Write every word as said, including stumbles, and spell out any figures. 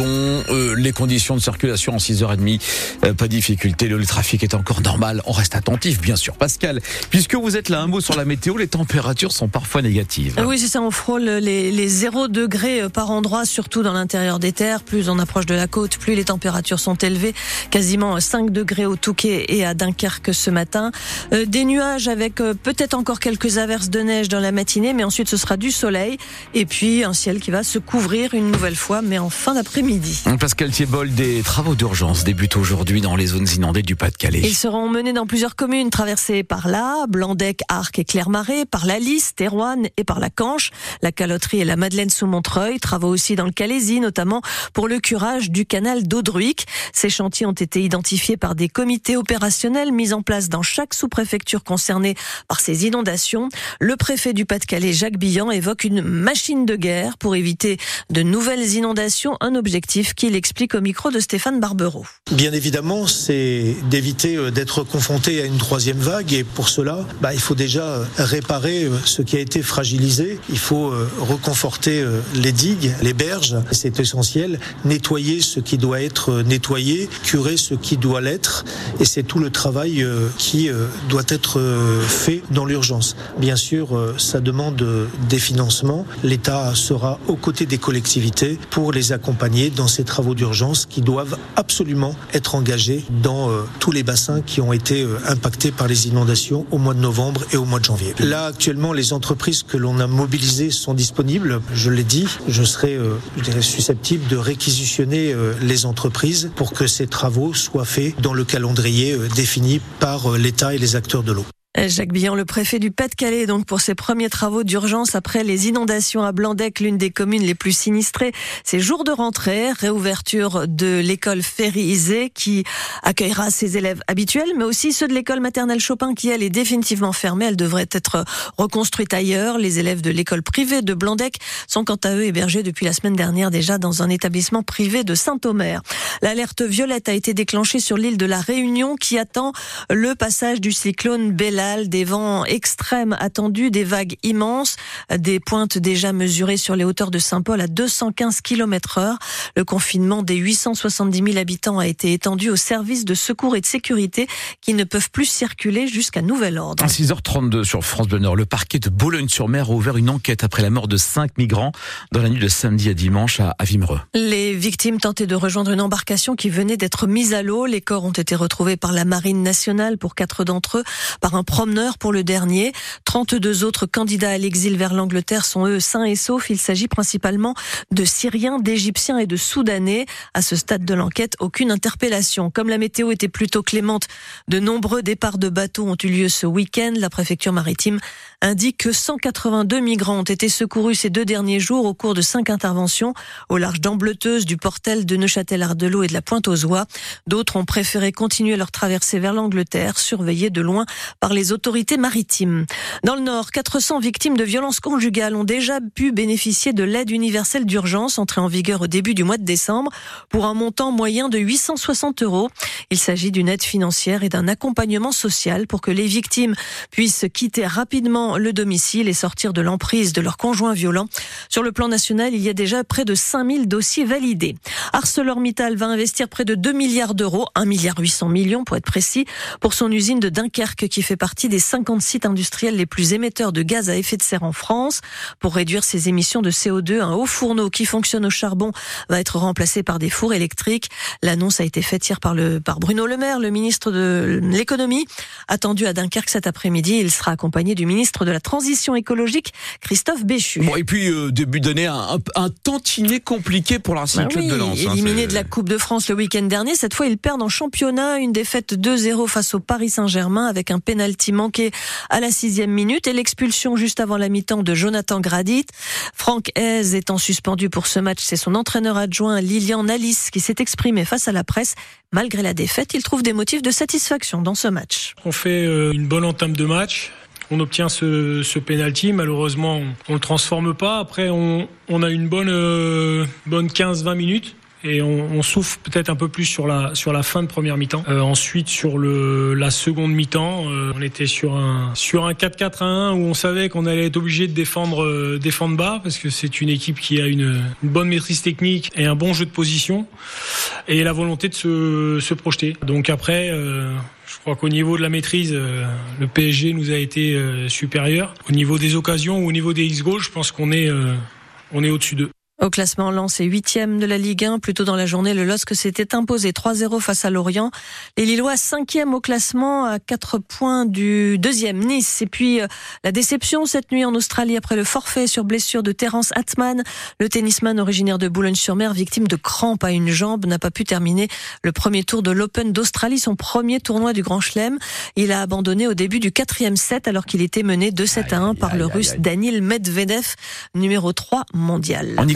bouchons, euh, les conditions de circulation en six heures trente, euh, pas de difficulté, le, le trafic est encore normal. On reste attentif, bien sûr. Pascal, puisque vous êtes là, un mot sur la météo, les températures sont parfois négatives. Oui, c'est ça, on frôle les, les zéro degrés par endroit, surtout dans l'intérieur des terres. Plus on approche de la côte, plus les températures sont élevées. Quasiment cinq degrés au Touquet et à Dunkerque ce matin. Euh, des nuages avec euh, peut-être encore quelques averses de neige dans la matinée, mais ensuite ce sera du soleil. Et puis un ciel qui va se couvrir une nouvelle fois, mais en fin d'après-midi. Pascal Thiebol, des travaux d'urgence débutent aujourd'hui dans les zones inondées du Pas-de-Calais. Ils seront menés dans plusieurs communes traversées par là, Blandec, Arques et Clermarais, par la Lys, Thérouanne et par la Canche, la Caloterie et la Madeleine sous Montreuil. Travaux aussi dans le Calaisis, notamment pour le curage du canal d'Audruic. Ces chantiers ont été identifiés par des comités opérationnels mis en place dans chaque sous-préfecture concernée par ces inondations. Le préfet du Pas-de-Calais, Jacques Billan, évoque une machine de guerre pour éviter de nouvelles inondations, un objectif qu'il explique au micro de Stéphane Barbereau. Bien évidemment, c'est d'éviter d'être confronté à une troisième vague et pour cela, bah, il faut déjà réparer ce qui a été fragilisé. Il faut reconforter les digues, les berges, c'est essentiel. Nettoyer ce qui doit être nettoyé, curer ce qui doit l'être et c'est tout le travail qui doit être fait dans l'urgence. Bien sûr, ça demande des financements. L'État sera aux côtés des collectivités pour les accompagner dans ces travaux d'urgence qui doivent absolument être engagés dans euh, tous les bassins qui ont été euh, impactés par les inondations au mois de novembre et au mois de janvier. Là, actuellement, les entreprises que l'on a mobilisées sont disponibles. Je l'ai dit, je serai euh, je dirais, susceptible de réquisitionner euh, les entreprises pour que ces travaux soient faits dans le calendrier euh, défini par euh, l'État et les acteurs de l'eau. Jacques Billan, le préfet du Pas-de-Calais, donc pour ses premiers travaux d'urgence après les inondations à Blandec, l'une des communes les plus sinistrées. Ces jours de rentrée, réouverture de l'école Ferry-Isée qui accueillera ses élèves habituels, mais aussi ceux de l'école maternelle Chopin qui, elle, est définitivement fermée. Elle devrait être reconstruite ailleurs. Les élèves de l'école privée de Blandec sont quant à eux hébergés depuis la semaine dernière déjà dans un établissement privé de Saint-Omer. L'alerte violette a été déclenchée sur l'île de la Réunion qui attend le passage du cyclone Bella. Des vents extrêmes attendus, des vagues immenses, des pointes déjà mesurées sur les hauteurs de Saint-Paul à deux cent quinze kilomètres heure. Le confinement des huit cent soixante-dix mille habitants a été étendu aux services de secours et de sécurité qui ne peuvent plus circuler jusqu'à nouvel ordre. À six heures trente-deux sur France Bleu Nord, le parquet de Boulogne-sur-Mer a ouvert une enquête après la mort de cinq migrants dans la nuit de samedi à dimanche à Wimereux. Les victimes tentaient de rejoindre une embarcation qui venait d'être mise à l'eau. Les corps ont été retrouvés par la Marine nationale pour quatre d'entre eux, par un promeneur pour le dernier. trente-deux autres candidats à l'exil vers l'Angleterre sont eux sains et saufs. Il s'agit principalement de Syriens, d'Égyptiens et de Soudanais. À ce stade de l'enquête, aucune interpellation. Comme la météo était plutôt clémente, de nombreux départs de bateaux ont eu lieu ce week-end. La préfecture maritime indique que cent quatre-vingt-deux migrants ont été secourus ces deux derniers jours au cours de cinq interventions au large d'Ambleteuse, du Portel, de Neuchâtel-Ardelot et de la Pointe-aux-Oies. D'autres ont préféré continuer leur traversée vers l'Angleterre, surveillés de loin par les autorités maritimes. Dans le Nord, quatre cents victimes de violences conjugales ont déjà pu bénéficier de l'aide universelle d'urgence entrée en vigueur au début du mois de décembre pour un montant moyen de huit cent soixante euros. Il s'agit d'une aide financière et d'un accompagnement social pour que les victimes puissent quitter rapidement le domicile et sortir de l'emprise de leur conjoint violent. Sur le plan national, il y a déjà près de cinq mille dossiers validés. ArcelorMittal va investir près de deux milliards d'euros, un milliard huit cents millions pour être précis, pour son usine de Dunkerque qui fait partie des cinquante sites industriels les plus émetteurs de gaz à effet de serre en France. Pour réduire ses émissions de C O deux, un haut fourneau qui fonctionne au charbon va être remplacé par des fours électriques. L'annonce a été faite hier par, le, par Bruno Le Maire, le ministre de l'économie. Attendu à Dunkerque cet après-midi, il sera accompagné du ministre de la Transition écologique, Christophe Béchu. Bon, et puis, euh, début d'année, un, un, un tantinet compliqué pour l'ancien bah club oui, de Lens. Éliminé hein, de la Coupe de France le week-end dernier, cette fois ils perdent en championnat, une défaite deux zéro face au Paris Saint-Germain avec un pénalty manqué à la sixième minute et l'expulsion juste avant la mi-temps de Jonathan Gradit. Franck Hez étant suspendu pour ce match, c'est son entraîneur adjoint Lilian Nalis qui s'est exprimé face à la presse. Malgré la défaite, il trouve des motifs de satisfaction dans ce match. On fait une bonne entame de match. On obtient ce, ce penalty, malheureusement on ne le transforme pas. Après on, on a une bonne, euh, bonne quinze vingt minutes et on, on souffre peut-être un peu plus sur la sur la fin de première mi-temps. Euh, ensuite sur le la seconde mi-temps, euh, on était sur un sur un quatre quatre un où on savait qu'on allait être obligé de défendre euh, défendre bas parce que c'est une équipe qui a une, une bonne maîtrise technique et un bon jeu de position et la volonté de se se projeter. Donc après euh, je crois qu'au niveau de la maîtrise, euh, le P S G nous a été euh, supérieur. Au niveau des occasions ou au niveau des X-goals, je pense qu'on est euh, on est au-dessus d'eux. Au classement, Lens est huitième de la Ligue un. Plus tôt dans la journée, le L O S C s'était imposé trois zéro face à Lorient. Les Lillois cinquième au classement à quatre points du deuxième Nice. Et puis la déception cette nuit en Australie après le forfait sur blessure de Terence Atman. Le tennisman originaire de Boulogne-sur-Mer, victime de crampes à une jambe, n'a pas pu terminer le premier tour de l'Open d'Australie, son premier tournoi du Grand Chelem. Il a abandonné au début du quatrième set alors qu'il était mené deux sept à un par le Russe Daniil Medvedev, numéro trois mondial.